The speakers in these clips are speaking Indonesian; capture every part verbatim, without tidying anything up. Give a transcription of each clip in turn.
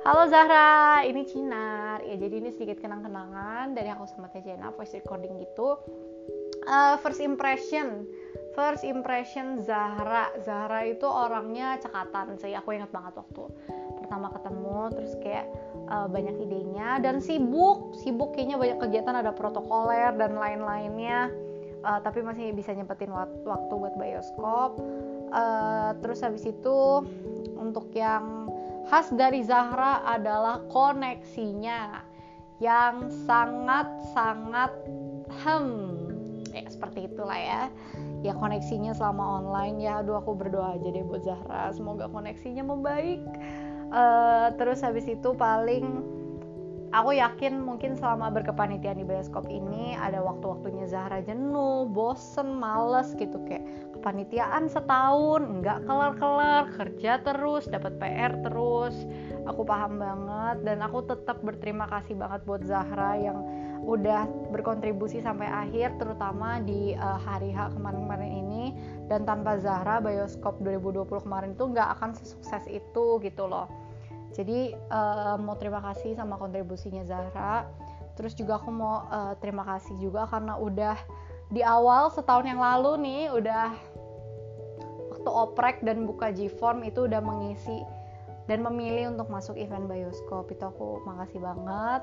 Halo Zahra, ini Cinar. Ya jadi ini sedikit kenang-kenangan dari aku sama Teh Jena, voice recording gitu. Uh, first impression, first impression Zahra. Zahra itu orangnya cekatan sih. Aku ingat banget waktu pertama ketemu, terus kayak uh, banyak idenya dan sibuk, sibuk kayaknya banyak kegiatan, ada protokoler dan lain-lainnya. Uh, tapi masih bisa nyempetin waktu buat bioskop. Uh, terus habis itu untuk yang khas dari Zahra adalah koneksinya yang sangat-sangat hmm ya seperti itulah ya ya koneksinya selama online ya. Aduh, aku berdoa aja deh buat Zahra, semoga koneksinya membaik. Uh, terus habis itu paling aku yakin mungkin selama berkepanitiaan di bioskop ini ada waktu-waktunya Zahra jenuh, bosen, males gitu, kayak kepanitiaan setahun nggak kelar-kelar, kerja terus, dapat P R terus. Aku paham banget dan aku tetap berterima kasih banget buat Zahra yang udah berkontribusi sampai akhir, terutama di uh, hari H kemarin-kemarin ini. Dan tanpa Zahra, bioskop dua ribu dua puluh kemarin tuh nggak akan sesukses itu gitu loh. Jadi uh, mau terima kasih sama kontribusinya Zahra. Terus juga aku mau uh, terima kasih juga karena udah di awal setahun yang lalu nih, udah waktu oprek dan buka G-Form itu udah mengisi dan memilih untuk masuk event bioskop. Itu aku makasih banget.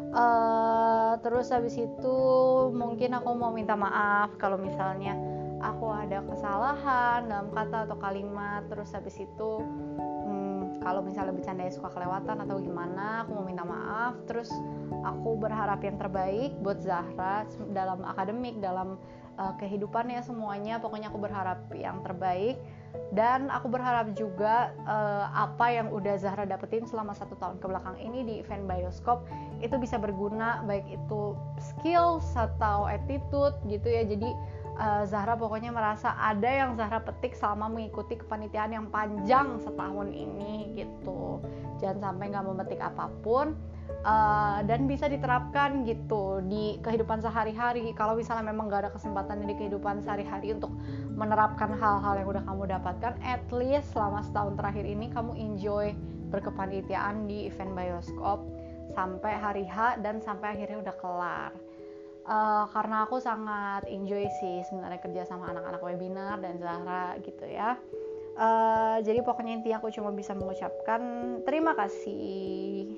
Uh, terus habis itu mungkin aku mau minta maaf kalau misalnya aku ada kesalahan dalam kata atau kalimat. Terus habis itu kalau misalnya bercandanya suka kelewatan atau gimana, aku mau minta maaf. Terus aku berharap yang terbaik buat Zahra dalam akademik, dalam uh, kehidupannya semuanya. Pokoknya aku berharap yang terbaik. Dan aku berharap juga uh, apa yang udah Zahra dapetin selama satu tahun kebelakang ini di event bioskop itu bisa berguna, baik itu skills atau attitude gitu ya. Jadi uh, Zahra pokoknya merasa ada yang Zahra petik selama mengikuti kepanitiaan yang panjang setahun ini gitu. Jangan sampai nggak memetik apapun. Uh, dan bisa diterapkan gitu di kehidupan sehari-hari. Kalau misalnya memang gak ada kesempatan di kehidupan sehari-hari untuk menerapkan hal-hal yang udah kamu dapatkan, at least selama setahun terakhir ini kamu enjoy berkepanitiaan di event bioskop sampai hari H dan sampai akhirnya udah kelar. Uh, karena aku sangat enjoy sih sebenarnya kerja sama anak-anak webinar dan Zahra gitu ya. Uh, jadi pokoknya intinya aku cuma bisa mengucapkan terima kasih.